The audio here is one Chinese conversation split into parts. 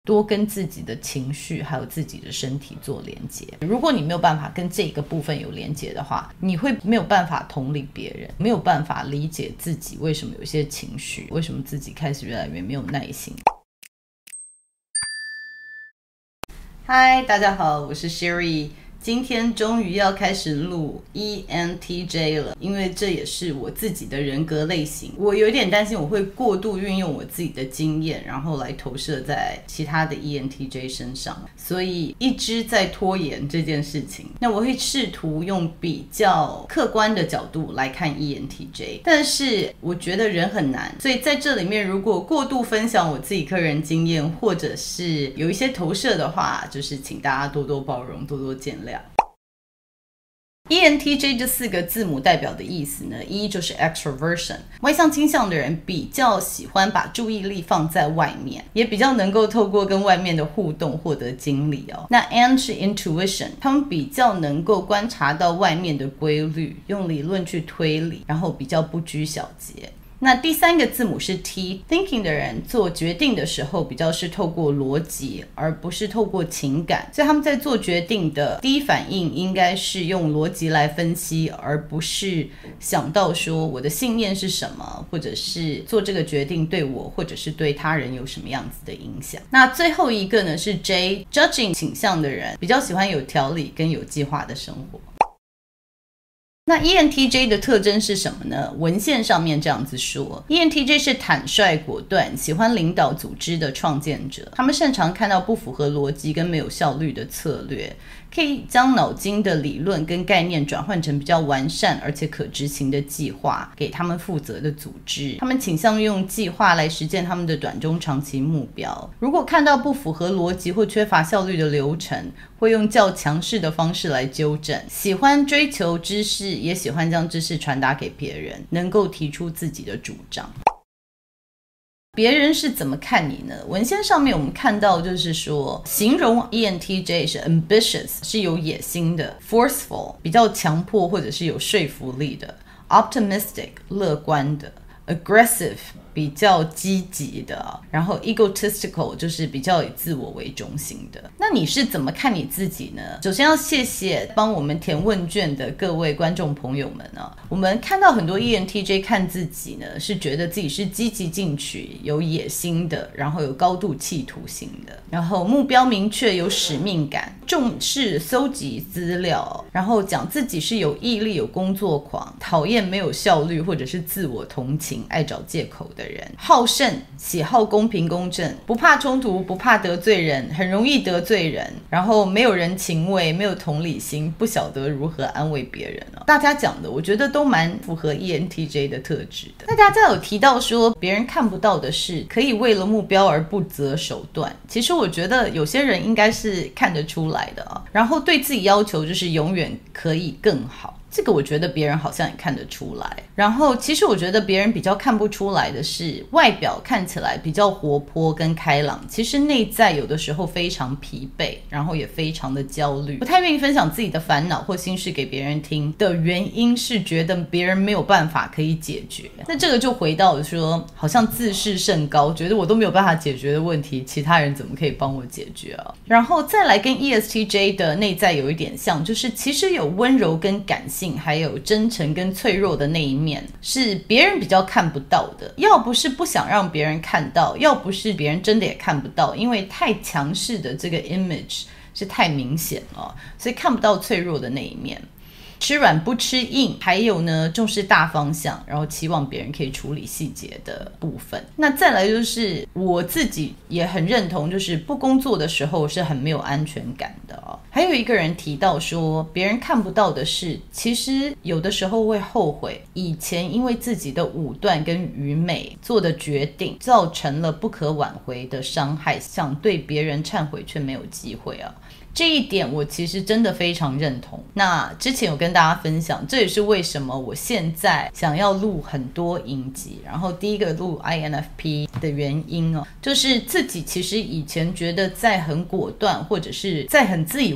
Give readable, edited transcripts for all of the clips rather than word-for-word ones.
多跟自己的情绪还有自己的身体做连接。如果你没有办法跟这个部分有连接的话，你会没有办法同理别人，没有办法理解自己为什么有些情绪，为什么自己开始越来越没有耐心。嗨，大家好，我是 Sherry。今天终于要开始录 ENTJ 了，因为这也是我自己的人格类型。我有点担心我会过度运用我自己的经验，然后来投射在其他的 ENTJ 身上，所以一直在拖延这件事情。那我会试图用比较客观的角度来看 ENTJ， 但是我觉得人很难，所以在这里面如果过度分享我自己个人经验，或者是有一些投射的话，就是请大家多多包容，多多见谅。ENTJ 这4个字母代表的意思呢 ，E 就是 extroversion， 外向倾向的人比较喜欢把注意力放在外面，也比较能够透过跟外面的互动获得经历哦。那 N 是 intuition， 他们比较能够观察到外面的规律，用理论去推理，然后比较不拘小节。那第3个字母是 T， thinking 的人做决定的时候比较是透过逻辑，而不是透过情感，所以他们在做决定的第一反应应该是用逻辑来分析，而不是想到说我的信念是什么，或者是做这个决定对我或者是对他人有什么样子的影响。那最后一个呢是 J， judging 倾向的人比较喜欢有条理跟有计划的生活。那 ENTJ 的特征是什么呢？文献上面这样子说， ENTJ 是坦率果断，喜欢领导组织的创建者，他们擅长看到不符合逻辑跟没有效率的策略，可以将脑筋的理论跟概念转换成比较完善而且可执行的计划给他们负责的组织，他们倾向用计划来实现他们的短中长期目标。如果看到不符合逻辑或缺乏效率的流程，会用较强势的方式来纠正，喜欢追求知识，也喜欢将知识传达给别人，能够提出自己的主张。别人是怎么看你呢？文献上面我们看到就是说，形容 ENTJ 是 ambitious， 是有野心的， forceful 比较强迫或者是有说服力的， optimistic 乐观的， aggressive 比较积极的，然后 egotistical 就是比较以自我为中心的。那你是怎么看你自己呢？首先要谢谢帮我们填问卷的各位观众朋友们啊，我们看到很多 ENTJ 看自己呢，是觉得自己是积极进取、有野心的，然后有高度企图心的，然后目标明确、有使命感，重视搜集资料，然后讲自己是有毅力、有工作狂，讨厌没有效率或者是自我同情、爱找借口的人，好胜，喜好公平公正，不怕冲突，不怕得罪人，很容易得罪人，然后没有人情味，没有同理心，不晓得如何安慰别人大家讲的我觉得都蛮符合 ENTJ 的特质的。那大家有提到说别人看不到的事，可以为了目标而不择手段，其实我觉得有些人应该是看得出来的然后对自己要求就是永远可以更好，这个我觉得别人好像也看得出来。然后其实我觉得别人比较看不出来的是，外表看起来比较活泼跟开朗，其实内在有的时候非常疲惫，然后也非常的焦虑，不太愿意分享自己的烦恼或心事给别人听的原因是觉得别人没有办法可以解决。那这个就回到了说好像自视甚高，觉得我都没有办法解决的问题，其他人怎么可以帮我解决然后再来跟 ESTJ 的内在有一点像，就是其实有温柔跟感性，还有真诚跟脆弱的那一面，是别人比较看不到的。要不是不想让别人看到，要不是别人真的也看不到，因为太强势的这个 image 是太明显了，所以看不到脆弱的那一面。吃软不吃硬，还有呢重视大方向，然后期望别人可以处理细节的部分。那再来就是我自己也很认同，就是不工作的时候是很没有安全感的还有一个人提到说，别人看不到的是，其实有的时候会后悔以前因为自己的武断跟愚昧做的决定，造成了不可挽回的伤害，想对别人忏悔却没有机会这一点我其实真的非常认同。那之前有跟大家分享，这也是为什么我现在想要录很多影集，然后第一个录 INFP 的原因就是自己其实以前觉得在很果断或者是在很自以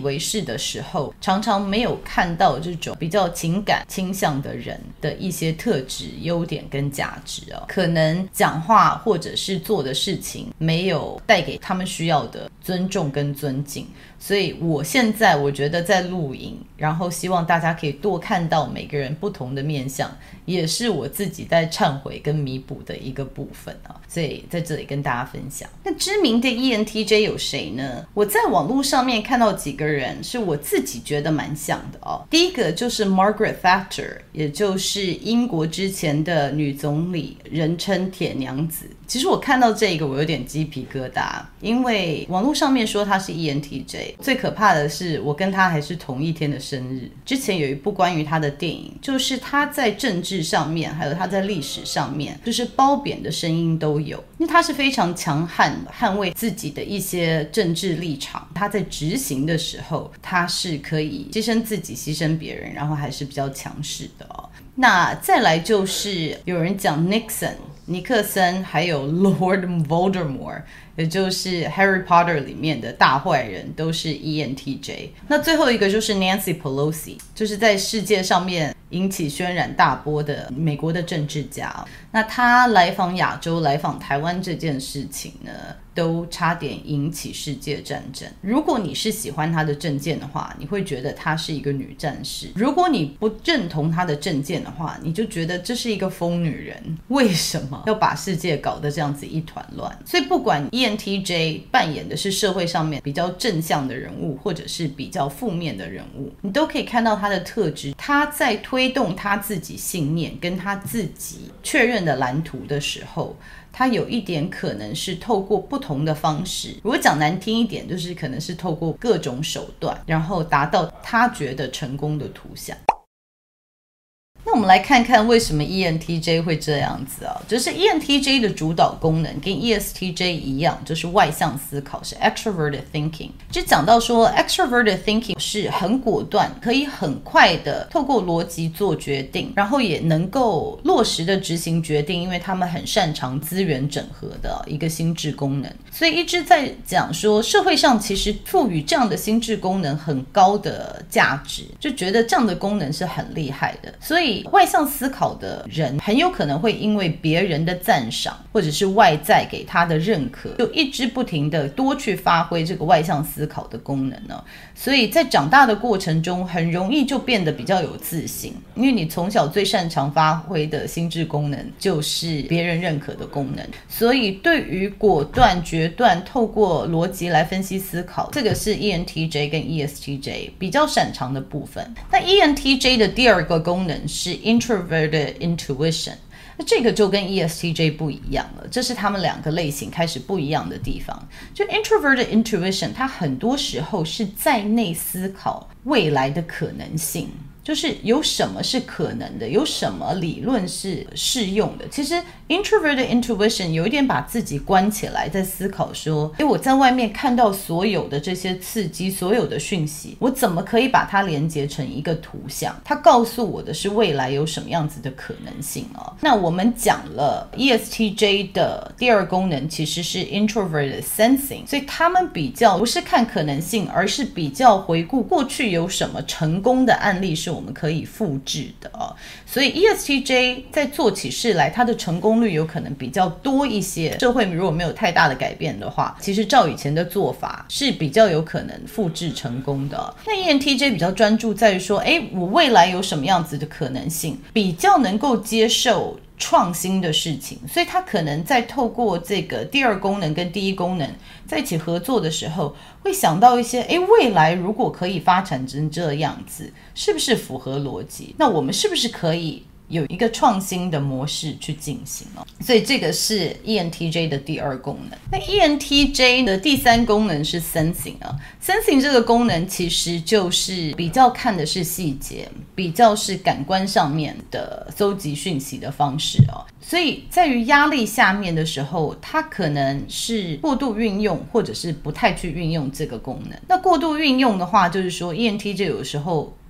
为是的时候，常常没有看到这种比较情感倾向的人的一些特质、优点跟价值可能讲话或者是做的事情没有带给他们需要的尊重跟尊敬。所以我现在我觉得在录影，然后希望大家可以多看到每个人不同的面向，也是我自己在忏悔跟弥补的一个部分所以在这里跟大家分享。那知名的 ENTJ 有谁呢？我在网络上面看到几个人是我自己觉得蛮像的第一个就是 Margaret Thatcher， 也就是英国之前的女总理，人称铁娘子。其实我看到这个我有点鸡皮疙瘩，因为网络上面说她是 ENTJ， 最可怕的是我跟她还是同一天的生日。之前有一部关于她的电影，就是她在政治上面还有她在历史上面就是褒贬的声音都有，因为她是非常强悍的捍卫自己的一些政治立场，她在执行的时候她是可以牺牲自己牺牲别人，然后还是比较强势的那再来就是有人讲 Nixon 尼克森，还有 Lord Voldemort， 也就是 Harry Potter 里面的大坏人，都是 ENTJ。 那最后一个就是 Nancy Pelosi， 就是在世界上面引起轩然大波的美国的政治家。那他来访亚洲，来访台湾这件事情呢，都差点引起世界战争。如果你是喜欢他的政见的话，你会觉得她是一个女战士；如果你不认同他的政见的话，你就觉得这是一个疯女人。为什么要把世界搞得这样子一团乱？所以不管 ENTJ 扮演的是社会上面比较正向的人物，或者是比较负面的人物，你都可以看到他的特质。他在推动他自己信念跟他自己确认的蓝图的时候，他有一点可能是透过不同的方式，如果讲难听一点，就是可能是透过各种手段，然后达到他觉得成功的图像。那我们来看看为什么 ENTJ 会这样子就是 ENTJ 的主导功能跟 ESTJ 一样，就是外向思考，是 extroverted thinking。 就讲到说 extroverted thinking 是很果断，可以很快的透过逻辑做决定，然后也能够落实的执行决定，因为他们很擅长资源整合的一个心智功能。所以一直在讲说社会上其实赋予这样的心智功能很高的价值，就觉得这样的功能是很厉害的。所以外向思考的人很有可能会因为别人的赞赏或者是外在给他的认可，就一直不停的多去发挥这个外向思考的功能所以在长大的过程中很容易就变得比较有自信，因为你从小最擅长发挥的心智功能就是别人认可的功能。所以对于果断决断透过逻辑来分析思考，这个是 ENTJ 跟 ESTJ 比较擅长的部分。那 ENTJ 的第二个功能是 Introverted Intuition， 那这个就跟 ESTJ 不一样了，这是他们两个类型开始不一样的地方。就 Introverted Intuition 它很多时候是在内思考未来的可能性，就是有什么是可能的，有什么理论是适用的。其实 Introverted Intuition 有一点把自己关起来，在思考说我在外面看到所有的这些刺激，所有的讯息，我怎么可以把它连接成一个图像，它告诉我的是未来有什么样子的可能性那我们讲了 ESTJ 的第二功能其实是 Introverted Sensing， 所以他们比较不是看可能性，而是比较回顾过去有什么成功的案例是我们可以复制的所以 ESTJ 在做起事来，它的成功率有可能比较多一些。社会如果没有太大的改变的话，其实照以前的做法是比较有可能复制成功的那 ENTJ 比较专注在于说我未来有什么样子的可能性，比较能够接受创新的事情，所以他可能在透过这个第二功能跟第一功能在一起合作的时候，会想到一些未来如果可以发展成这样子，是不是符合逻辑？那我们是不是可以有一个创新的模式去进行所以这个是 ENTJ 的第二功能。那 ENTJ 的第三功能是 Sensing Sensing 这个功能其实就是比较看的是细节，比较是感官上面的搜集讯息的方式所以在于压力下面的时候，它可能是过度运用，或者是不太去运用这个功能。那过度运用的话，就是说 ENTJ 有时候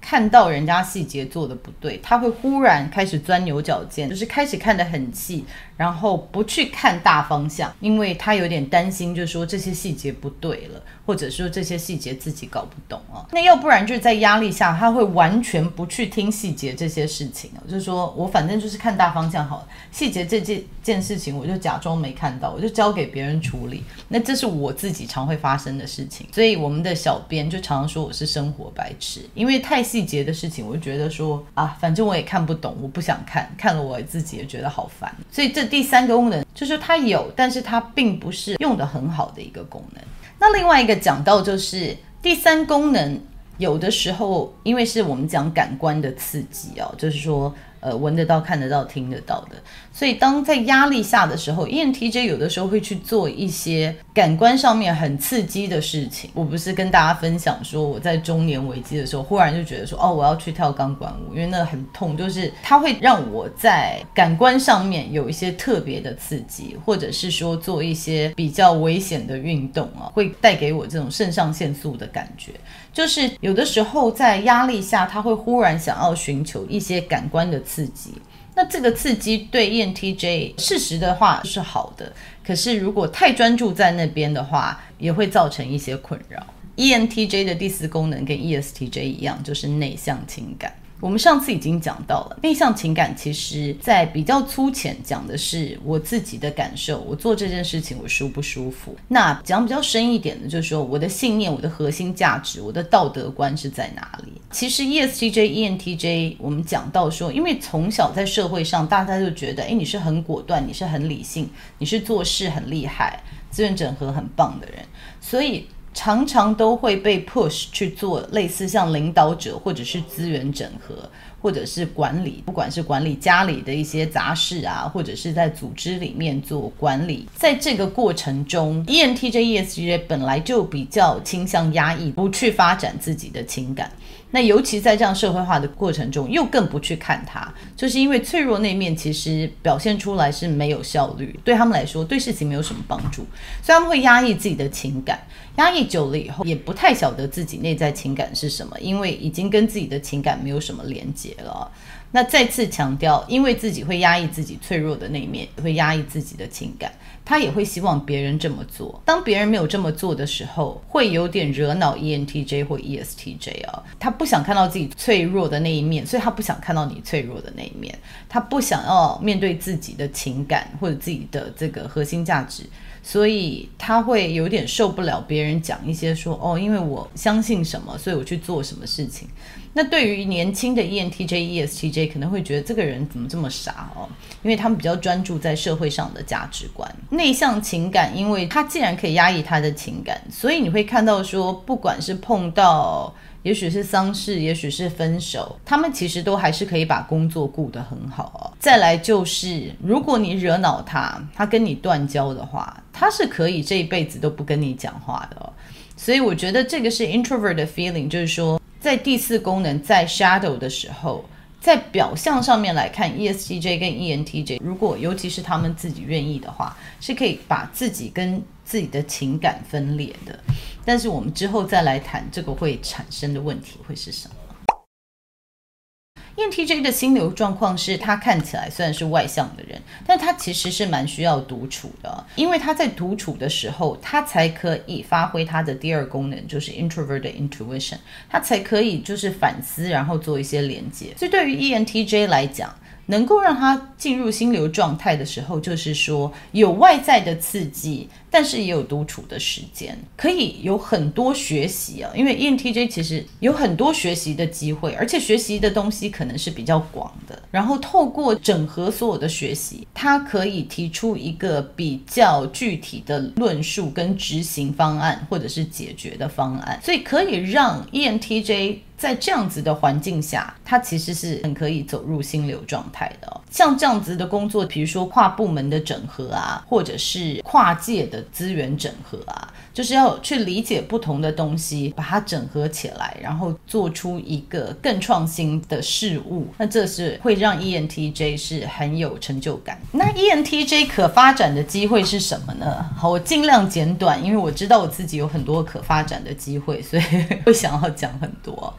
看到人家细节做的不对，他会忽然开始钻牛角尖，就是开始看得很细，然后不去看大方向，因为他有点担心，就是说这些细节不对了，或者说这些细节自己搞不懂啊。那要不然就是在压力下，他会完全不去听细节这些事情啊，就是说我反正就是看大方向好了，细节这件事情我就假装没看到，我就交给别人处理。那这是我自己常会发生的事情，所以我们的小编就常常说我是生活白痴，因为太细节的事情，我就觉得说啊，反正我也看不懂，我不想看，看了我自己也觉得好烦。所以这第三个功能就是它有，但是它并不是用得很好的一个功能。那另外一个讲到就是第三功能，有的时候因为是我们讲感官的刺激啊，就是说闻得到、看得到、听得到的，所以当在压力下的时候 ENTJ 有的时候会去做一些感官上面很刺激的事情。我不是跟大家分享说我在中年危机的时候忽然就觉得说我要去跳钢管舞，因为那很痛，就是它会让我在感官上面有一些特别的刺激，或者是说做一些比较危险的运动会带给我这种肾上腺素的感觉。就是有的时候在压力下，他会忽然想要寻求一些感官的刺激，那这个刺激对 ENTJ 事实的话是好的，可是如果太专注在那边的话，也会造成一些困扰。 ENTJ 的第四功能跟 ESTJ 一样，就是内向情感。我们上次已经讲到了，内向情感其实在比较粗浅讲的是我自己的感受，我做这件事情我舒不舒服。那讲比较深一点的就是说我的信念、我的核心价值、我的道德观是在哪里。其实 ESTJ、ENTJ 我们讲到说，因为从小在社会上大家就觉得你是很果断，你是很理性，你是做事很厉害，资源整合很棒的人，所以常常都会被 push 去做类似像领导者或者是资源整合，或者是管理，不管是管理家里的一些杂事啊，或者是在组织里面做管理。在这个过程中 ENTJ、ESTJ 本来就比较倾向压抑，不去发展自己的情感，那尤其在这样社会化的过程中又更不去看它，就是因为脆弱那面其实表现出来是没有效率，对他们来说对事情没有什么帮助，所以他们会压抑自己的情感，压抑久了以后也不太晓得自己内在情感是什么，因为已经跟自己的情感没有什么连结了。那再次强调，因为自己会压抑自己脆弱的那一面，会压抑自己的情感，他也会希望别人这么做。当别人没有这么做的时候，会有点惹恼 ENTJ 或 ESTJ 他不想看到自己脆弱的那一面，所以他不想看到你脆弱的那一面，他不想要面对自己的情感或者自己的这个核心价值，所以他会有点受不了别人讲一些说因为我相信什么所以我去做什么事情。那对于年轻的 ENTJ、ESTJ 可能会觉得这个人怎么这么傻因为他们比较专注在社会上的价值观。内向情感，因为他既然可以压抑他的情感，所以你会看到说不管是碰到也许是丧事，也许是分手，他们其实都还是可以把工作顾得很好再来就是如果你惹恼他，他跟你断交的话，他是可以这一辈子都不跟你讲话的所以我觉得这个是 introvert 的 feeling， 就是说在第四功能在 shadow 的时候，在表象上面来看 ESTJ 跟 ENTJ 如果尤其是他们自己愿意的话，是可以把自己跟自己的情感分裂的。但是我们之后再来谈这个会产生的问题会是什么。ENTJ 的心流状况是他看起来虽然是外向的人，但他其实是蛮需要独处的因为他在独处的时候，他才可以发挥他的第二功能，就是 introvert 的 intuition， 他才可以就是反思，然后做一些连接。所以对于 ENTJ 来讲，能够让他进入心流状态的时候，就是说有外在的刺激，但是也有独处的时间，可以有很多学习因为 ENTJ 其实有很多学习的机会，而且学习的东西可能是比较广的，然后透过整合所有的学习，他可以提出一个比较具体的论述跟执行方案，或者是解决的方案，所以可以让 ENTJ在这样子的环境下，他其实是很可以走入心流状态的像这样子的工作，比如说跨部门的整合或者是跨界的资源整合就是要去理解不同的东西，把它整合起来，然后做出一个更创新的事物，那这是会让 ENTJ 是很有成就感。那 ENTJ 可发展的机会是什么呢？好，我尽量简短，因为我知道我自己有很多可发展的机会，所以会想要讲很多。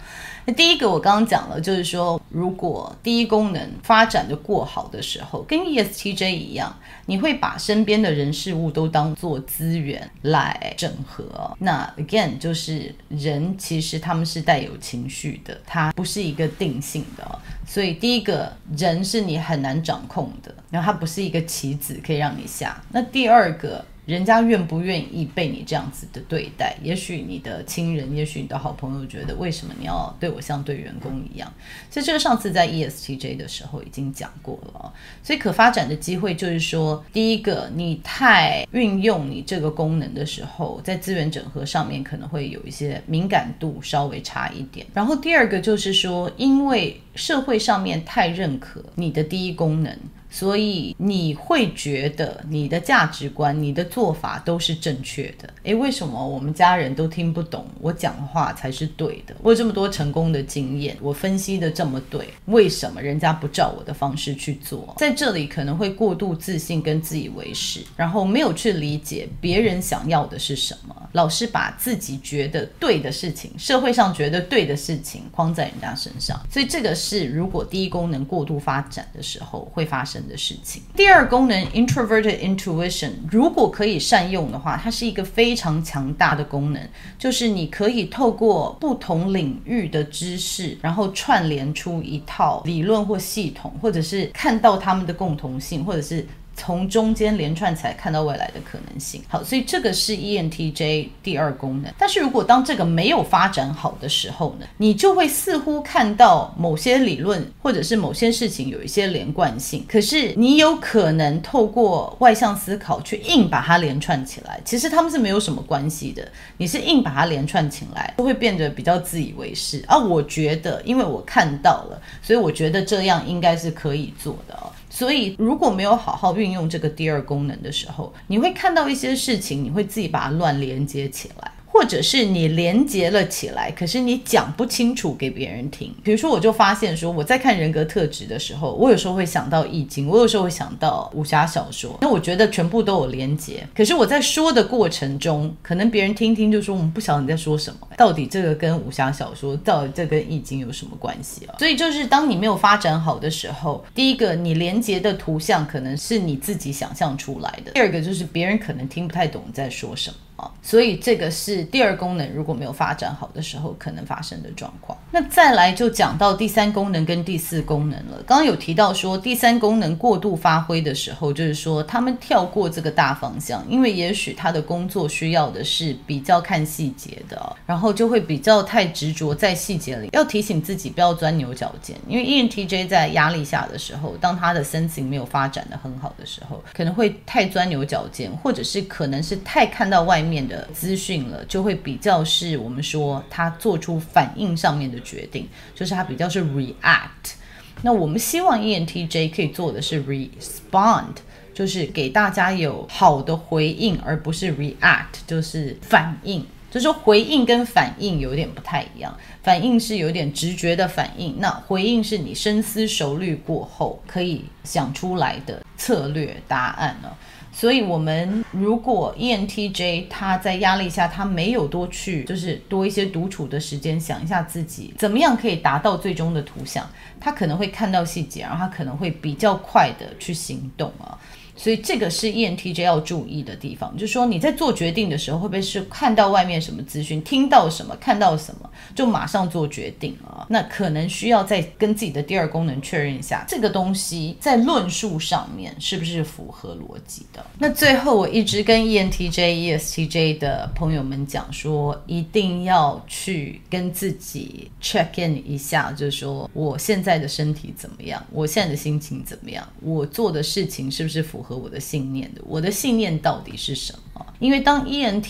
第一个我刚刚讲了，就是说如果第一功能发展的过好的时候，跟 ESTJ 一样，你会把身边的人事物都当作资源来整合。那 again 就是人其实他们是带有情绪的，它不是一个定性的，所以第一个人是你很难掌控的，然后它不是一个棋子可以让你下。那第二个，人家愿不愿意被你这样子的对待，也许你的亲人，也许你的好朋友觉得为什么你要对我像对员工一样，所以这个上次在 ESTJ 的时候已经讲过了。所以可发展的机会就是说，第一个，你太运用你这个功能的时候，在资源整合上面可能会有一些敏感度稍微差一点。然后第二个就是说，因为社会上面太认可你的第一功能，所以你会觉得你的价值观，你的做法都是正确的。为什么我们家人都听不懂我讲话才是对的？我有这么多成功的经验，我分析的这么对，为什么人家不照我的方式去做？在这里可能会过度自信跟自以为是，然后没有去理解别人想要的是什么，老是把自己觉得对的事情，社会上觉得对的事情框在人家身上。所以这个是如果第一功能过度发展的时候会发生的事情。第二功能 Introverted Intuition 如果可以善用的话，它是一个非常强大的功能，就是你可以透过不同领域的知识，然后串联出一套理论或系统，或者是看到他们的共同性，或者是从中间连串起来看到未来的可能性。好，所以这个是 ENTJ 第二功能。但是如果当这个没有发展好的时候呢，你就会似乎看到某些理论或者是某些事情有一些连贯性，可是你有可能透过外向思考去硬把它连串起来，其实他们是没有什么关系的，你是硬把它连串起来，就会变得比较自以为是啊。我觉得因为我看到了，所以我觉得这样应该是可以做的所以如果没有好好运用这个第二功能的时候，你会看到一些事情，你会自己把它乱连接起来，或者是你连接了起来，可是你讲不清楚给别人听。比如说我就发现说，我在看人格特质的时候，我有时候会想到易经，我有时候会想到武侠小说，那我觉得全部都有连接，可是我在说的过程中，可能别人听听就说我们不晓得你在说什么，到底这个跟武侠小说，到底这跟易经有什么关系所以就是当你没有发展好的时候，第一个你连接的图像可能是你自己想象出来的，第二个就是别人可能听不太懂你在说什么所以这个是第二功能如果没有发展好的时候可能发生的状况。那再来就讲到第三功能跟第四功能了。刚刚有提到说第三功能过度发挥的时候，就是说他们跳过这个大方向，因为也许他的工作需要的是比较看细节的然后就会比较太执着在细节里，要提醒自己不要钻牛角尖。因为 ENTJ 在压力下的时候，当他的 sensing 没有发展的很好的时候，可能会太钻牛角尖，或者是可能是太看到外面的资讯了，就会比较是我们说他做出反应上面的决定，就是他比较是 react。 那我们希望 ENTJ 可以做的是 respond， 就是给大家有好的回应，而不是 react 就是反应。就是说回应跟反应有点不太一样，反应是有点直觉的反应，那回应是你深思熟虑过后可以想出来的策略答案所以我们如果 ENTJ 他在压力下他没有就是多一些独处的时间，想一下自己怎么样可以达到最终的图像，他可能会看到细节，然后他可能会比较快的去行动所以这个是 ENTJ 要注意的地方，就是说你在做决定的时候，会不会是看到外面什么资讯，听到什么，看到什么就马上做决定那可能需要再跟自己的第二功能确认一下，这个东西在论述上面是不是符合逻辑的。那最后我一直跟 ENTJ、ESTJ 的朋友们讲说，一定要去跟自己 check in 一下，就是说我现在的身体怎么样，我现在的心情怎么样，我做的事情是不是符合我的信念的，我的信念到底是什么。因为当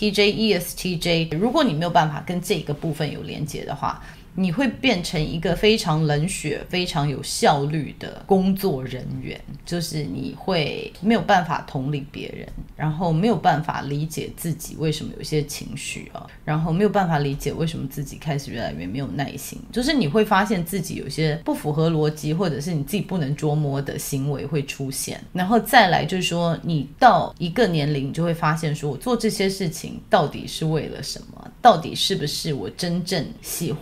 ENTJ、ESTJ 如果你没有办法跟这个部分有连接的话，你会变成一个非常冷血非常有效率的工作人员，就是你会没有办法同理别人，然后没有办法理解自己为什么有一些情绪然后没有办法理解为什么自己开始越来越没有耐心，就是你会发现自己有些不符合逻辑或者是你自己不能捉摸的行为会出现。然后再来就是说，你到一个年龄就会发现说，我做这些事情到底是为了什么，到底是不是我真正喜欢的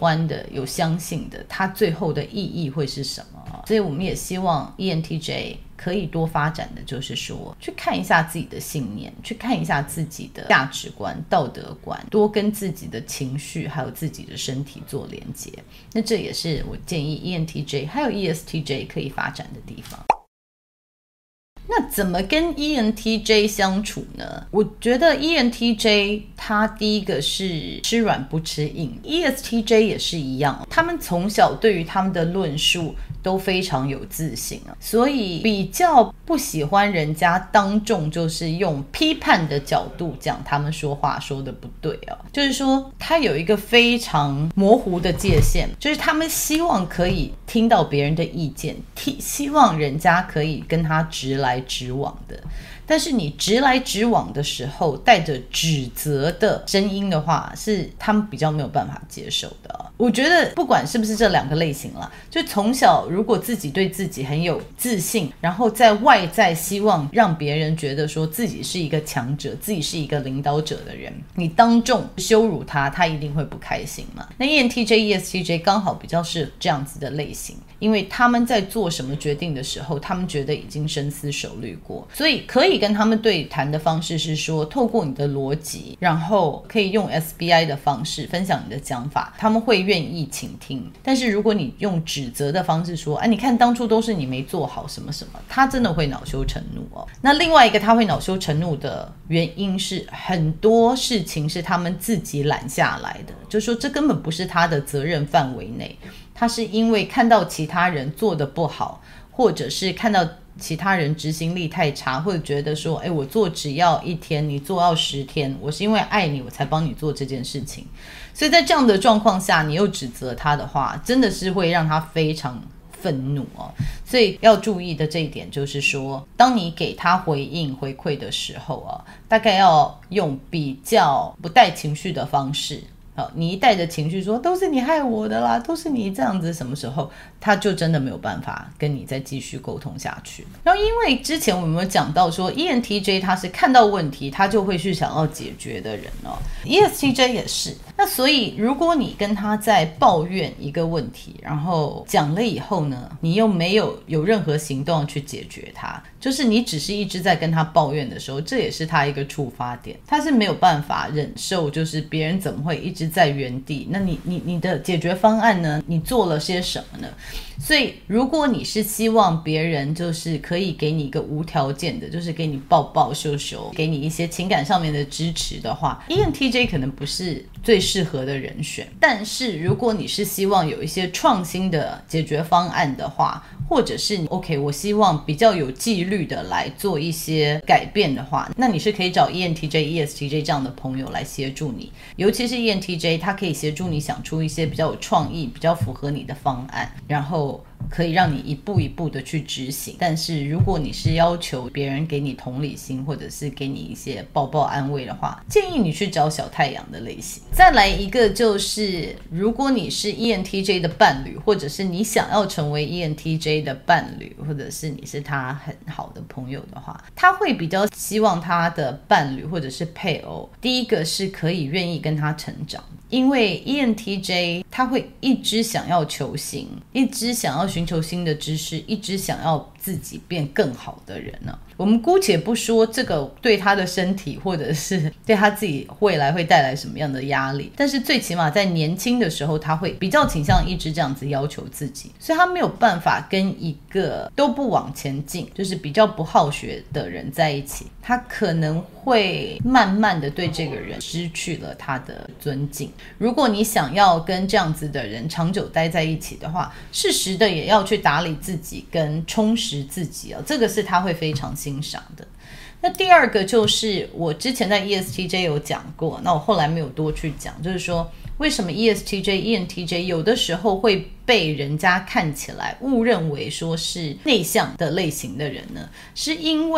的、有相信的，它最后的意义会是什么。所以我们也希望 ENTJ 可以多发展的就是说，去看一下自己的信念，去看一下自己的价值观、道德观，多跟自己的情绪还有自己的身体做连接。那这也是我建议 ENTJ 还有 ESTJ 可以发展的地方。那怎么跟 ENTJ 相处呢？我觉得 ENTJ 他第一个是吃软不吃硬， ESTJ 也是一样，他们从小对于他们的论述都非常有自信所以比较不喜欢人家当众就是用批判的角度讲他们说话说的不对就是说他有一个非常模糊的界限，就是他们希望可以听到别人的意见，希望人家可以跟他直来直往的。但是你直来直往的时候带着指责的声音的话，是他们比较没有办法接受的我觉得不管是不是这两个类型啦，就从小如果自己对自己很有自信，然后在外在希望让别人觉得说自己是一个强者，自己是一个领导者的人，你当众羞辱他，他一定会不开心嘛。那 ENTJ、ESTJ 刚好比较是这样子的类型，因为他们在做什么决定的时候，他们觉得已经深思熟虑过，所以可以跟他们对谈的方式是说，透过你的逻辑，然后可以用 SBI 的方式分享你的讲法，他们会愿意倾听。但是如果你用指责的方式说，你看当初都是你没做好什么什么，他真的会恼羞成怒那另外一个他会恼羞成怒的原因是，很多事情是他们自己揽下来的，就是说这根本不是他的责任范围内，他是因为看到其他人做得不好，或者是看到其他人执行力太差，或者觉得说我做只要1天，你做要10天，我是因为爱你我才帮你做这件事情。所以在这样的状况下，你又指责他的话，真的是会让他非常愤怒所以要注意的这一点就是说，当你给他回应回馈的时候大概要用比较不带情绪的方式你一带着情绪说都是你害我的啦，都是你这样子，什么时候他就真的没有办法跟你再继续沟通下去。然后因为之前我们有讲到说 ENTJ 他是看到问题他就会去想要解决的人ESTJ 也是。那所以如果你跟他在抱怨一个问题，然后讲了以后呢，你又没有任何行动去解决它，就是你只是一直在跟他抱怨的时候，这也是他一个触发点，他是没有办法忍受就是别人怎么会一直在原地，那你的解决方案呢，你做了些什么呢？所以如果你是希望别人就是可以给你一个无条件的，就是给你抱抱羞羞，给你一些情感上面的支持的话， ENTJ 可能不是最适合的人选。但是如果你是希望有一些创新的解决方案的话，或者是 OK 我希望比较有纪律的来做一些改变的话，那你是可以找 ENTJ、ESTJ 这样的朋友来协助你。尤其是 ENTJ 他可以协助你想出一些比较有创意、比较符合你的方案，然后可以让你一步一步的去执行。但是如果你是要求别人给你同理心，或者是给你一些抱抱安慰的话，建议你去找小太阳的类型。再来一个就是如果你是 ENTJ 的伴侣，或者是你想要成为 ENTJ 的伴侣，或者是你是他很好的朋友的话，他会比较希望他的伴侣或者是配偶，第一个是可以愿意跟他成长。因为 ENTJ 他会一直想要求新，一直想要寻求新的知识，一直想要自己变更好的人我们姑且不说这个对他的身体或者是对他自己未来会带来什么样的压力，但是最起码在年轻的时候他会比较倾向一直这样子要求自己，所以他没有办法跟一个都不往前进，就是比较不好学的人在一起，他可能会慢慢的对这个人失去了他的尊敬。如果你想要跟这样子的人长久待在一起的话，适时的也要去打理自己跟充实自己这个是他会非常欣赏的。那第二个就是我之前在 ESTJ 有讲过，那我后来没有多去讲，就是说为什么 ESTJ、ENTJ 有的时候会被人家看起来误认为说是内向的类型的人呢？是因为他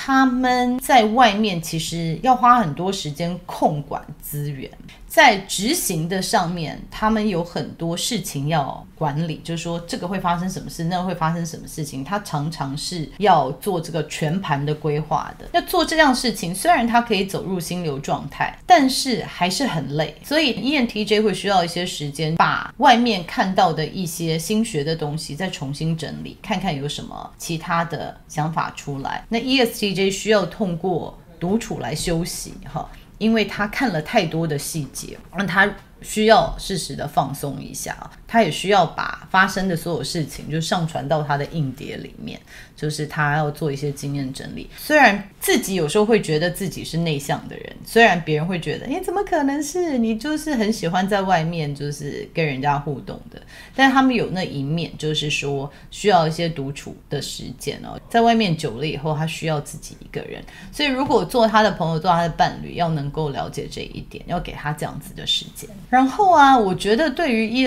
他们在外面其实要花很多时间控管资源，在执行的上面他们有很多事情要管理，就是说这个会发生什么事，那个会发生什么事情，他常常是要做这个全盘的规划的。要做这样事情，虽然他可以走入心流状态，但是还是很累，所以 ENTJ 会需要一些时间把外面看到的一些新学的东西再重新整理，看看有什么其他的想法出来。那 ESTJ 需要通过独处来休息，因为他看了太多的细节，那他需要适时的放松一下，他也需要把发生的所有事情就上传到他的硬碟里面，就是他要做一些经验整理。虽然自己有时候会觉得自己是内向的人，虽然别人会觉得怎么可能是你，就是很喜欢在外面就是跟人家互动的，但他们有那一面，就是说需要一些独处的时间在外面久了以后他需要自己一个人，所以如果做他的朋友做他的伴侣要能够了解这一点，要给他这样子的时间。然后我觉得对于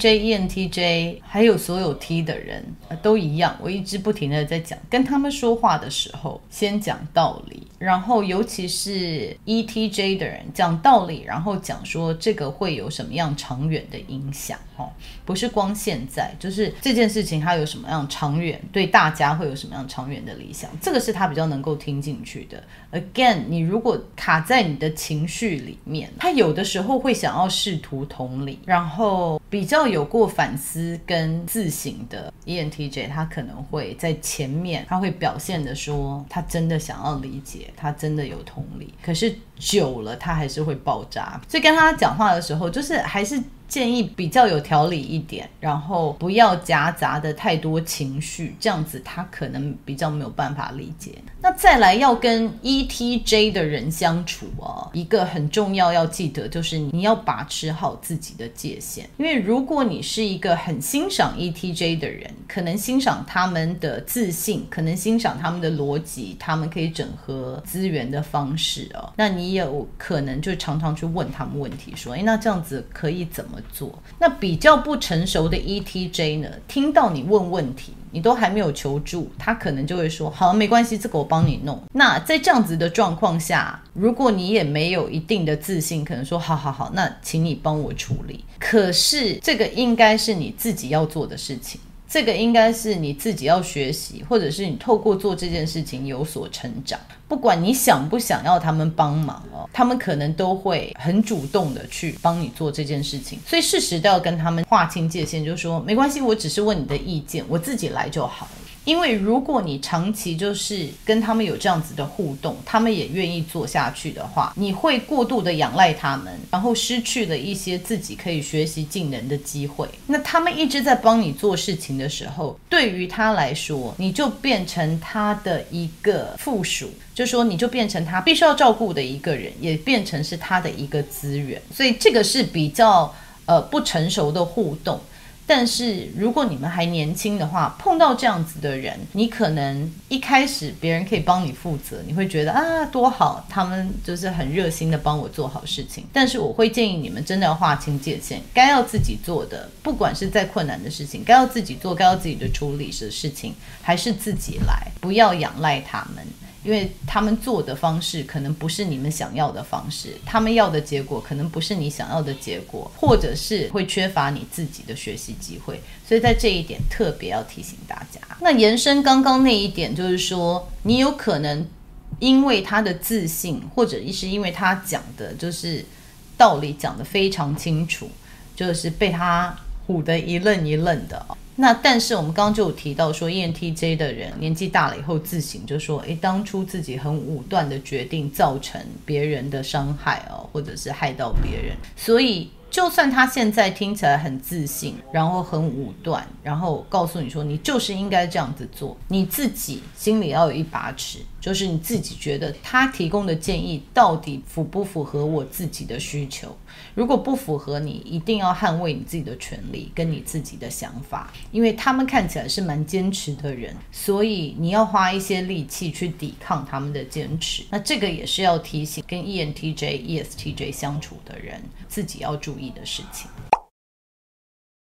ESTJ、ENTJ 还有所有 T 的人都一样，我一直不停的在讲，跟他们说话的时候先讲道理，然后尤其是 ETJ 的人讲道理，然后讲说这个会有什么样长远的影响不是光现在，就是这件事情它有什么样长远，对大家会有什么样长远的理想，这个是他比较能够听进去的。 Again， 你如果卡在你的情绪里面，他有的时候会想要试图同理，然后比较有过反思跟自省的 ENTJ 他可能会在前面他会表现的说他真的想要理解，他真的有同理，可是久了他还是会爆炸。所以跟他讲话的时候就是还是建议比较有条理一点，然后不要夹杂的太多情绪，这样子他可能比较没有办法理解。那再来要跟 ETJ 的人相处一个很重要要记得就是你要把持好自己的界限，因为如果你是一个很欣赏 ETJ 的人，可能欣赏他们的自信，可能欣赏他们的逻辑，他们可以整合资源的方式那你也有可能就常常去问他们问题，说那这样子可以怎么做。那比较不成熟的 ETJ 呢，听到你问问题你都还没有求助，他可能就会说好没关系，这个我帮你弄。那在这样子的状况下，如果你也没有一定的自信，可能说好，那请你帮我处理。可是这个应该是你自己要做的事情，这个应该是你自己要学习，或者是你透过做这件事情有所成长。不管你想不想要他们帮忙他们可能都会很主动的去帮你做这件事情。所以适时都要跟他们划清界限，就是说没关系，我只是问你的意见，我自己来就好了。因为如果你长期就是跟他们有这样子的互动，他们也愿意做下去的话，你会过度的仰赖他们，然后失去了一些自己可以学习技能的机会。那他们一直在帮你做事情的时候，对于他来说你就变成他的一个附属，就是说你就变成他必须要照顾的一个人，也变成是他的一个资源。所以这个是比较不成熟的互动。但是如果你们还年轻的话，碰到这样子的人，你可能一开始别人可以帮你负责，你会觉得多好，他们就是很热心的帮我做好事情。但是我会建议你们真的要划清界限，该要自己做的，不管是再困难的事情，该要自己做，该要自己的处理的事情还是自己来，不要仰赖他们。因为他们做的方式可能不是你们想要的方式，他们要的结果可能不是你想要的结果，或者是会缺乏你自己的学习机会。所以在这一点特别要提醒大家。那延伸刚刚那一点，就是说你有可能因为他的自信，或者是因为他讲的就是道理讲得非常清楚，就是被他唬得一愣一愣的那但是我们刚刚就有提到说 ENTJ 的人年纪大了以后自省，就说当初自己很武断的决定造成别人的伤害或者是害到别人。所以就算他现在听起来很自信，然后很武断，然后告诉你说你就是应该这样子做，你自己心里要有一把尺，就是你自己觉得他提供的建议到底符不符合我自己的需求。如果不符合，你一定要捍卫你自己的权利跟你自己的想法，因为他们看起来是蛮坚持的人，所以你要花一些力气去抵抗他们的坚持。那这个也是要提醒跟 ENTJ、ESTJ 相处的人自己要注意的事情。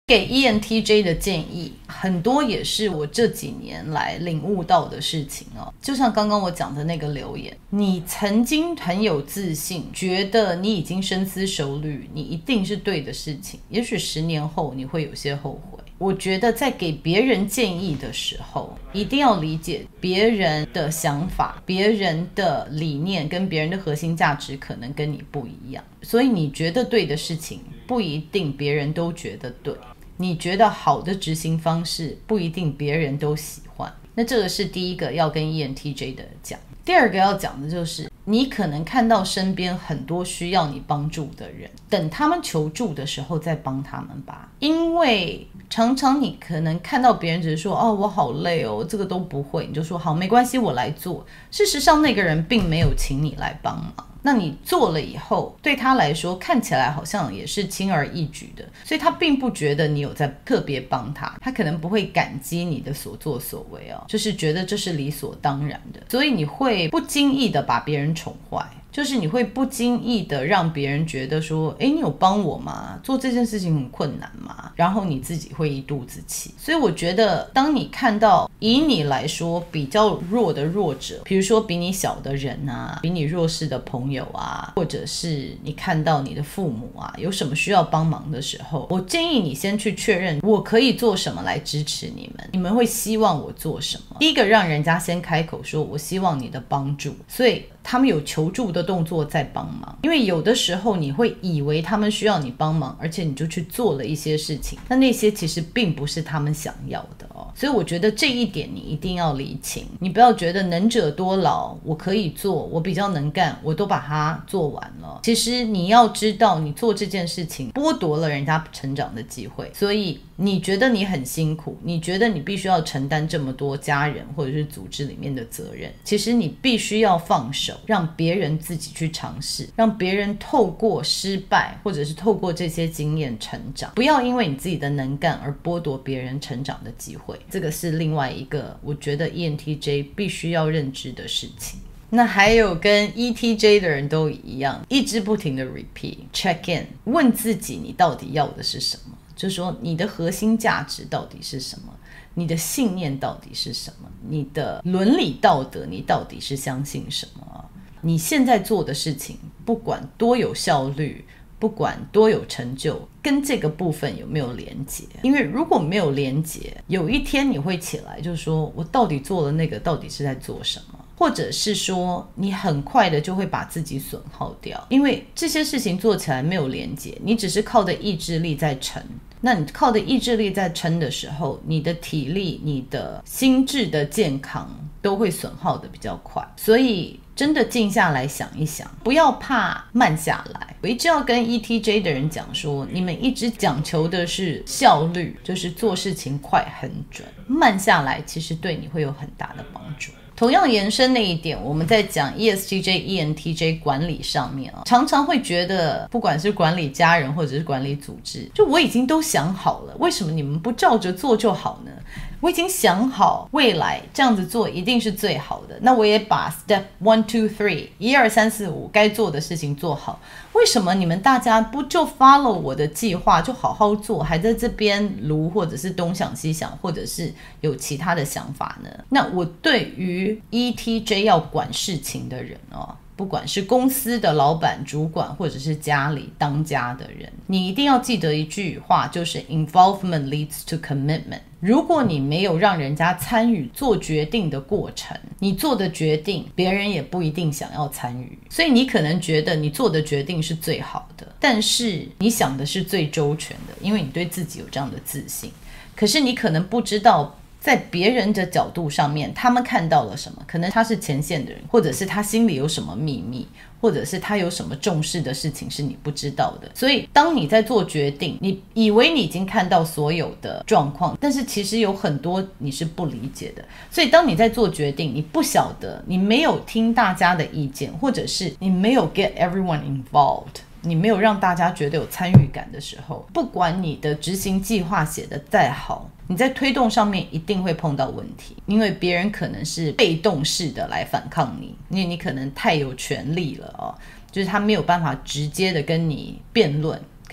给 ENTJ 的建议很多也是我这几年来领悟到的事情哦。就像刚刚我讲的那个留言，你曾经很有自信，觉得你已经深思熟虑，你一定是对的事情，也许10年后你会有些后悔。我觉得在给别人建议的时候，一定要理解别人的想法，别人的理念跟别人的核心价值可能跟你不一样，所以你觉得对的事情不一定别人都觉得对，你觉得好的执行方式不一定别人都喜欢。那这个是第一个要跟 ENTJ 的讲。第二个要讲的就是你可能看到身边很多需要你帮助的人，等他们求助的时候再帮他们吧。因为常常你可能看到别人只是说我好累哦，这个都不会，你就说好没关系我来做，事实上那个人并没有请你来帮忙，那你做了以后对他来说看起来好像也是轻而易举的，所以他并不觉得你有在特别帮他，他可能不会感激你的所作所为就是觉得这是理所当然的，所以你会不经意的把别人宠坏，就是你会不经意的让别人觉得说你有帮我吗？做这件事情很困难吗？然后你自己会一肚子气。所以我觉得当你看到以你来说比较弱的弱者，比如说比你小的人啊，比你弱势的朋友啊，或者是你看到你的父母啊有什么需要帮忙的时候，我建议你先去确认我可以做什么来支持你们，你们会希望我做什么。第一个让人家先开口说我希望你的帮助，所以他们有求助的动作在帮忙。因为有的时候你会以为他们需要你帮忙，而且你就去做了一些事情，那些其实并不是他们想要的所以我觉得这一点你一定要理清，你不要觉得能者多劳，我可以做，我比较能干，我都把它做完了。其实你要知道你做这件事情剥夺了人家成长的机会，所以你觉得你很辛苦，你觉得你必须要承担这么多家人或者是组织里面的责任，其实你必须要放手，让别人自己去尝试，让别人透过失败或者是透过这些经验成长，不要因为你自己的能干而剥夺别人成长的机会。这个是另外一个我觉得 ENTJ 必须要认知的事情。那还有跟 ETJ 的人都一样，一直不停的 repeat check in， 问自己你到底要的是什么，就是说你的核心价值到底是什么，你的信念到底是什么，你的伦理道德你到底是相信什么，你现在做的事情不管多有效率，不管多有成就，跟这个部分有没有连结。因为如果没有连结，有一天你会起来就说我到底做了那个到底是在做什么，或者是说你很快的就会把自己损耗掉，因为这些事情做起来没有连结，你只是靠着意志力在撑。那你靠着意志力在撑的时候，你的体力你的心智的健康都会损耗的比较快。所以真的静下来想一想，不要怕慢下来。我一直要跟 ETJ 的人讲说，你们一直讲求的是效率，就是做事情快很准，慢下来其实对你会有很大的帮助。同样延伸那一点，我们在讲 ESTJ、ENTJ 管理上面常常会觉得不管是管理家人或者是管理组织，就我已经都想好了，为什么你们不照着做就好呢？我已经想好未来这样子做一定是最好的，那我也把 step 1 2 3 1 2 3 4 5该做的事情做好，为什么你们大家不就 follow 我的计划就好好做，还在这边撸或者是东想西想，或者是有其他的想法呢？那我对于 ETJ 要管事情的人不管是公司的老板主管或者是家里当家的人，你一定要记得一句话，就是 involvement leads to commitment。 如果你没有让人家参与做决定的过程，你做的决定别人也不一定想要参与，所以你可能觉得你做的决定是最好的，但是你想的是最周全的，因为你对自己有这样的自信，可是你可能不知道在别人的角度上面他们看到了什么，可能他是前线的人，或者是他心里有什么秘密，或者是他有什么重视的事情是你不知道的。所以当你在做决定，你以为你已经看到所有的状况，但是其实有很多你是不理解的。所以当你在做决定，你不晓得，你没有听大家的意见，或者是你没有 get everyone involved，你没有让大家觉得有参与感的时候，不管你的执行计划写得再好，你在推动上面一定会碰到问题，因为别人可能是被动式的来反抗你，因为你可能太有权力了就是他没有办法直接的跟你辩论，可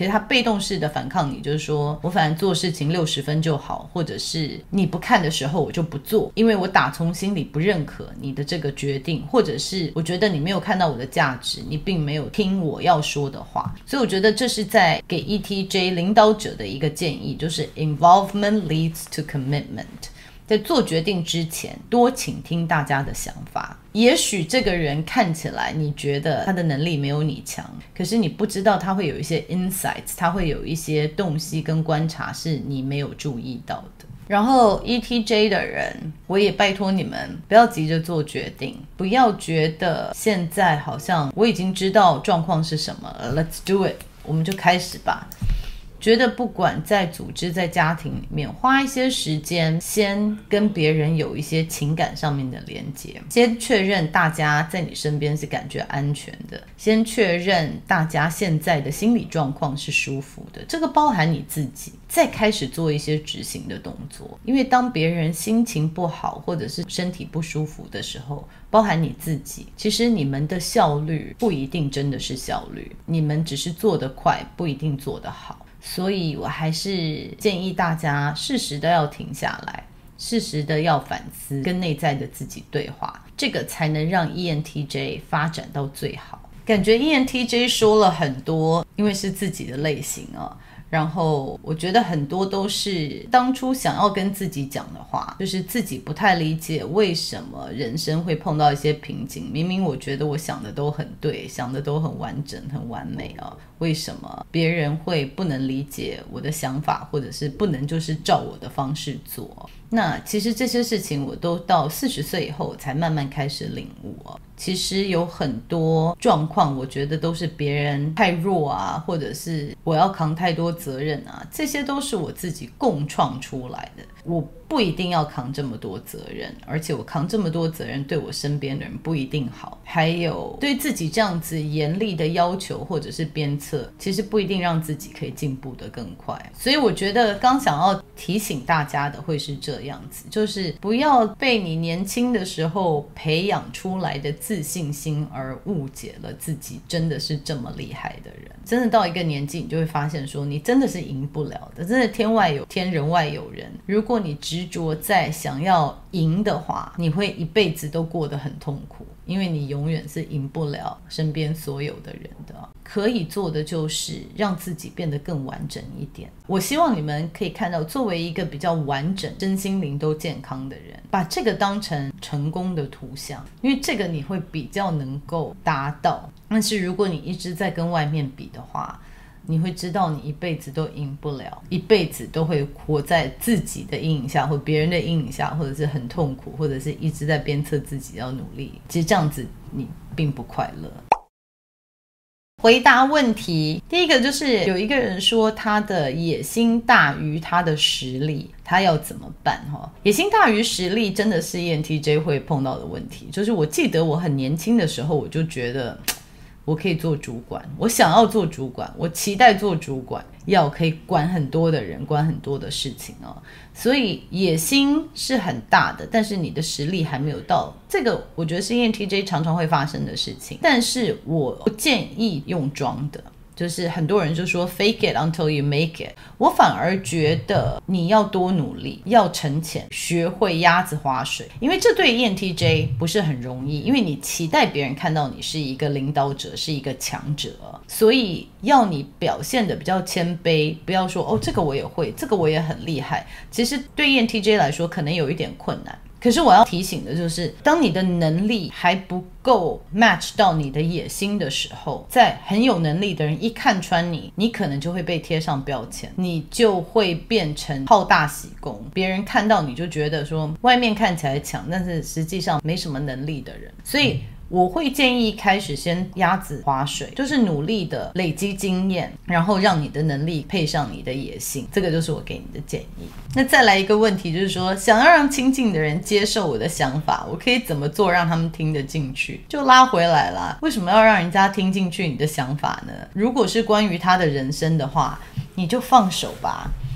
可是他被动式的反抗你，就是说我反正做事情60分就好，或者是你不看的时候我就不做，因为我打从心里不认可你的这个决定，或者是我觉得你没有看到我的价值，你并没有听我要说的话。所以我觉得这是在给 ETJ 领导者的一个建议，就是 involvement leads to commitment。在做决定之前，多倾听大家的想法。也许这个人看起来你觉得他的能力没有你强，可是你不知道他会有一些 insights， 他会有一些洞悉跟观察是你没有注意到的。然后 ETJ 的人，我也拜托你们不要急着做决定，不要觉得现在好像我已经知道状况是什么了， Let's do it， 我们就开始吧。觉得不管在组织在家庭里面，花一些时间先跟别人有一些情感上面的连接，先确认大家在你身边是感觉安全的，先确认大家现在的心理状况是舒服的，这个包含你自己，再开始做一些执行的动作。因为当别人心情不好或者是身体不舒服的时候，包含你自己，其实你们的效率不一定真的是效率，你们只是做得快，不一定做得好。所以我还是建议大家适时的要停下来，适时的要反思，跟内在的自己对话，这个才能让 ENTJ 发展到最好。感觉 ENTJ 说了很多，因为是自己的类型啊，然后我觉得很多都是当初想要跟自己讲的话，就是自己不太理解为什么人生会碰到一些瓶颈，明明我觉得我想的都很对，想的都很完整很完美啊，为什么别人会不能理解我的想法，或者是不能就是照我的方式做。那其实这些事情我都到40岁以后才慢慢开始领悟哦。其实有很多状况我觉得都是别人太弱啊，或者是我要扛太多责任啊，这些都是我自己共创出来的，我不一定要扛这么多责任，而且我扛这么多责任对我身边的人不一定好，还有对自己这样子严厉的要求或者是鞭策，其实不一定让自己可以进步得更快。所以我觉得刚想要提醒大家的会是这样子，就是不要被你年轻的时候培养出来的自信心而误解了自己真的是这么厉害的人。真的到一个年纪你就会发现说你真的是赢不了的，真的天外有天人外有人，如果你执着在想要赢的话，你会一辈子都过得很痛苦，因为你永远是赢不了身边所有的人的。可以做的就是让自己变得更完整一点。我希望你们可以看到，作为一个比较完整身心灵都健康的人，把这个当成成功的图像，因为这个你会比较能够达到。但是如果你一直在跟外面比的话，你会知道你一辈子都赢不了，一辈子都会活在自己的阴影下，或别人的阴影下，或者是很痛苦，或者是一直在鞭策自己要努力。其实这样子你并不快乐。回答问题，第一个就是有一个人说他的野心大于他的实力，他要怎么办？野心大于实力真的是 ENTJ 会碰到的问题。就是我记得我很年轻的时候，我就觉得我可以做主管，我想要做主管，我期待做主管，要可以管很多的人，管很多的事情哦。所以野心是很大的，但是你的实力还没有到，这个我觉得是 ENTJ 常常会发生的事情。但是我不建议用装的，就是很多人就说 fake it until you make it， 我反而觉得你要多努力，要沉潜，学会鸭子划水，因为这对 ENTJ 不是很容易，因为你期待别人看到你是一个领导者，是一个强者，所以要你表现得比较谦卑，不要说这个我也会，这个我也很厉害，其实对 ENTJ 来说可能有一点困难。可是我要提醒的就是，当你的能力还不够 match 到你的野心的时候，在很有能力的人一看穿你，你可能就会被贴上标签，你就会变成好大喜功，别人看到你就觉得说外面看起来强，但是实际上没什么能力的人。所以我会建议开始先鸭子划水，就是努力的累积经验，然后让你的能力配上你的野心，这个就是我给你的建议。那再来一个问题，就是说想要让亲近的人接受我的想法，我可以怎么做让他们听得进去？就拉回来啦，为什么要让人家听进去你的想法呢？如果是关于他的人生的话，你就放手吧。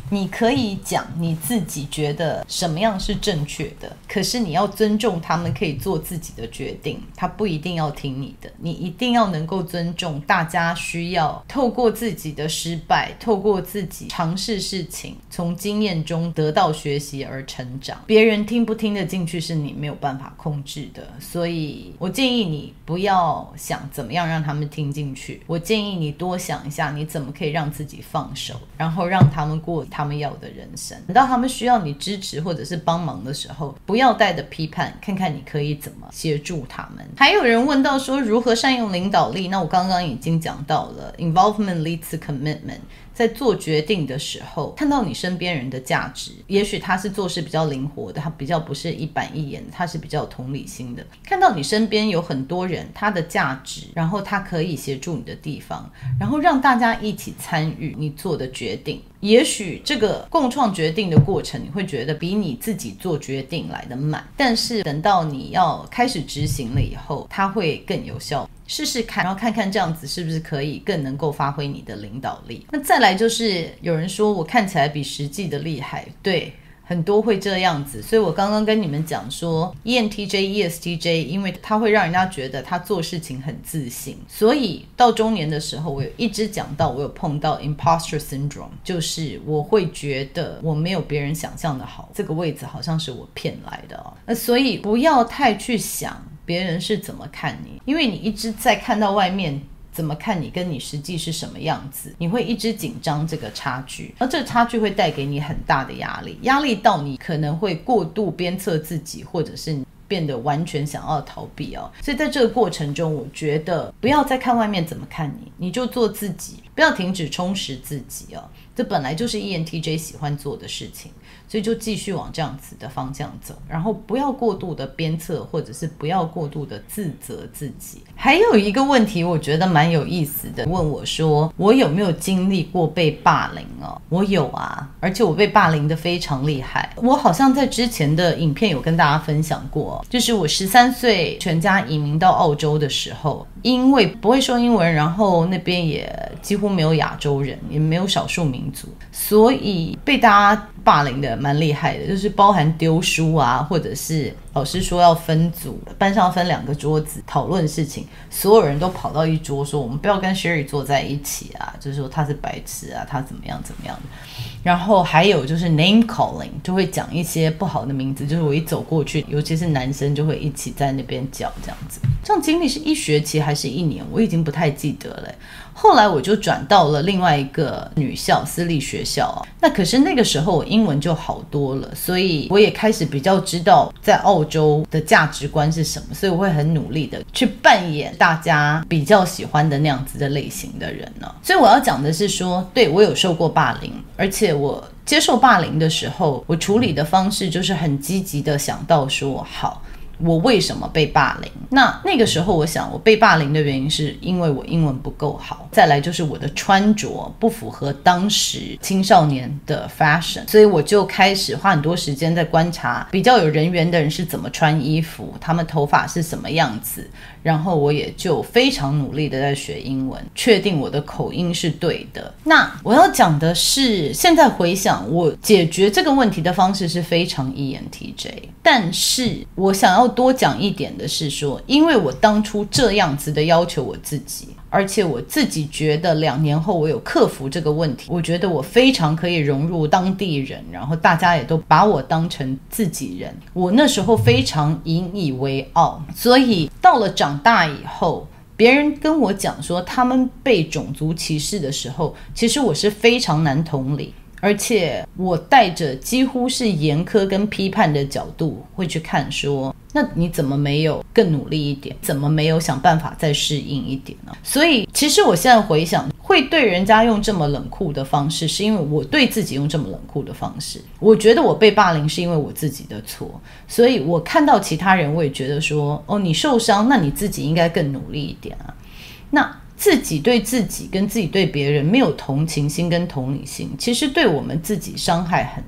你可以讲你自己觉得什么样是正确的，可是你要尊重他们可以做自己的决定，他不一定要听你的。你一定要能够尊重大家需要透过自己的失败，透过自己尝试事情，从经验中得到学习而成长。别人听不听得进去是你没有办法控制的，所以我建议你不要想怎么样让他们听进去，我建议你多想一下你怎么可以让自己放手，然后让他们过他们要的人生。等到他们需要你支持或者是帮忙的时候，不要带着批判，看看你可以怎么协助他们。还有人问到说如何善用领导力，那我刚刚已经讲到了 involvement leads to commitment。在做决定的时候，看到你身边人的价值，也许他是做事比较灵活的，他比较不是一板一眼的，他是比较有同理心的。看到你身边有很多人他的价值，然后他可以协助你的地方，然后让大家一起参与你做的决定。也许这个共创决定的过程，你会觉得比你自己做决定来得慢，但是等到你要开始执行了以后，它会更有效。试试看，然后看看这样子是不是可以更能够发挥你的领导力。那再来就是有人说我看起来比实际的厉害，对，很多会这样子，所以我刚刚跟你们讲说 ENTJ、ESTJ 因为它会让人家觉得他做事情很自信，所以到中年的时候我有一直讲到我有碰到 imposter syndrome， 就是我会觉得我没有别人想象的好，这个位置好像是我骗来的所以不要太去想别人是怎么看你，因为你一直在看到外面怎么看你跟你实际是什么样子，你会一直紧张这个差距，而这个差距会带给你很大的压力，压力到你可能会过度鞭策自己，或者是变得完全想要逃避所以在这个过程中，我觉得不要再看外面怎么看你，你就做自己，不要停止充实自己这本来就是 ENTJ 喜欢做的事情，所以就继续往这样子的方向走，然后不要过度的鞭策，或者是不要过度的自责自己。还有一个问题我觉得蛮有意思的，问我说我有没有经历过被霸凌我有啊，而且我被霸凌的非常厉害。我好像在之前的影片有跟大家分享过就是我13岁全家移民到澳洲的时候，因为不会说英文，然后那边也几乎没有亚洲人，也没有少数民族，所以被大家霸凌的蛮厉害的，就是包含丢书或者是老师说要分组，班上分2个桌子讨论事情，所有人都跑到一桌说我们不要跟 Sherry 坐在一起就是说他是白痴他怎么样怎么样的。然后还有就是 name calling， 就会讲一些不好的名字，就是我一走过去，尤其是男生就会一起在那边叫这样子。这样经历是1学期还是1年，我已经不太记得了。后来我就转到了另外一个女校私立学校那可是那个时候我英文就好多了，所以我也开始比较知道在澳洲的价值观是什么，所以我会很努力的去扮演大家比较喜欢的那样子的类型的人所以我要讲的是说，对，我有受过霸凌，而且我接受霸凌的时候，我处理的方式就是很积极的想到说，好，我为什么被霸凌？那个时候我想我被霸凌的原因是因为我英文不够好，再来就是我的穿着不符合当时青少年的 fashion， 所以我就开始花很多时间在观察比较有人缘的人是怎么穿衣服，他们头发是什么样子，然后我也就非常努力的在学英文，确定我的口音是对的。那我要讲的是，现在回想我解决这个问题的方式是非常 ENTJ， 但是我想要多讲一点的是说，因为我当初这样子的要求我自己，而且我自己觉得2年后我有克服这个问题，我觉得我非常可以融入当地人，然后大家也都把我当成自己人，我那时候非常引以为傲。所以到了长大以后，别人跟我讲说他们被种族歧视的时候，其实我是非常难同理，而且我带着几乎是严苛跟批判的角度会去看说，那你怎么没有更努力一点，怎么没有想办法再适应一点呢？所以其实我现在回想，会对人家用这么冷酷的方式，是因为我对自己用这么冷酷的方式。我觉得我被霸凌是因为我自己的错，所以我看到其他人我也觉得说，你受伤，那你自己应该更努力一点那自己对自己跟自己对别人没有同情心跟同理心，其实对我们自己伤害很大。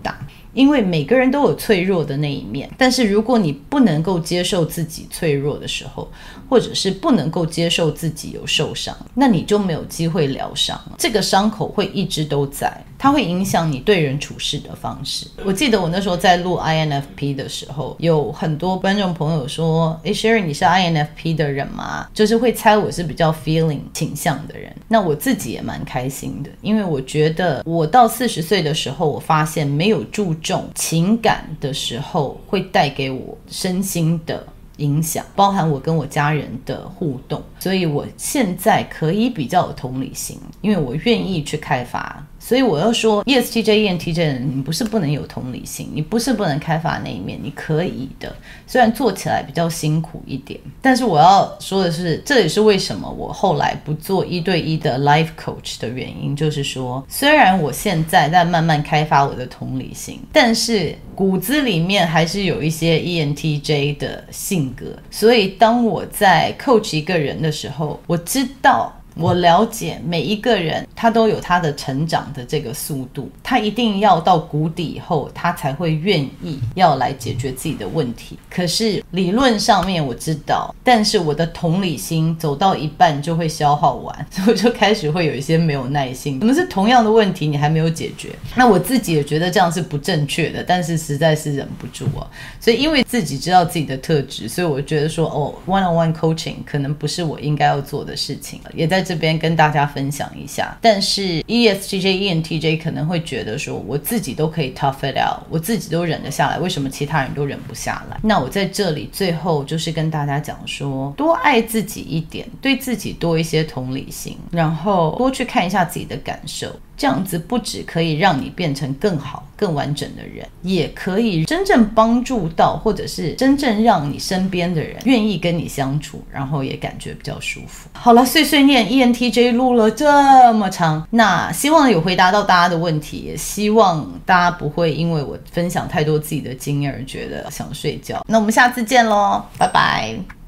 因为每个人都有脆弱的那一面，但是如果你不能够接受自己脆弱的时候，或者是不能够接受自己有受伤，那你就没有机会疗伤，这个伤口会一直都在，它会影响你对人处事的方式。我记得我那时候在录 INFP 的时候，有很多观众朋友说Sherry 你是 INFP 的人吗？就是会猜我是比较 feeling 倾向的人。那我自己也蛮开心的，因为我觉得我到40岁的时候，我发现没有注重情感的时候会带给我身心的影响，包含我跟我家人的互动，所以我现在可以比较有同理心，因为我愿意去开发。所以我要说 ESTJ、ENTJ 的人，你不是不能有同理心，你不是不能开发那一面，你可以的，虽然做起来比较辛苦一点。但是我要说的是，这也是为什么我后来不做1对1的 life coach 的原因，就是说虽然我现在在慢慢开发我的同理心，但是骨子里面还是有一些 ENTJ 的性格，所以当我在 coach 一个人的时候，我知道我了解每一个人他都有他的成长的这个速度，他一定要到谷底以后他才会愿意要来解决自己的问题。可是理论上面我知道，但是我的同理心走到一半就会消耗完，所以我就开始会有一些没有耐心。我们是同样的问题你还没有解决，那我自己也觉得这样是不正确的，但是实在是忍不住啊。所以因为自己知道自己的特质，所以我觉得说one-on-one coaching 可能不是我应该要做的事情，也在这边跟大家分享一下。但是 ESTJ、ENTJ 可能会觉得说我自己都可以 tough it out， 我自己都忍得下来，为什么其他人都忍不下来？那我在这里最后就是跟大家讲说，多爱自己一点，对自己多一些同理心，然后多去看一下自己的感受，这样子不只可以让你变成更好更完整的人，也可以真正帮助到，或者是真正让你身边的人愿意跟你相处，然后也感觉比较舒服。好了，碎碎念 ENTJ 录了这么长，那希望有回答到大家的问题，也希望大家不会因为我分享太多自己的经验而觉得想睡觉。那我们下次见咯，拜拜。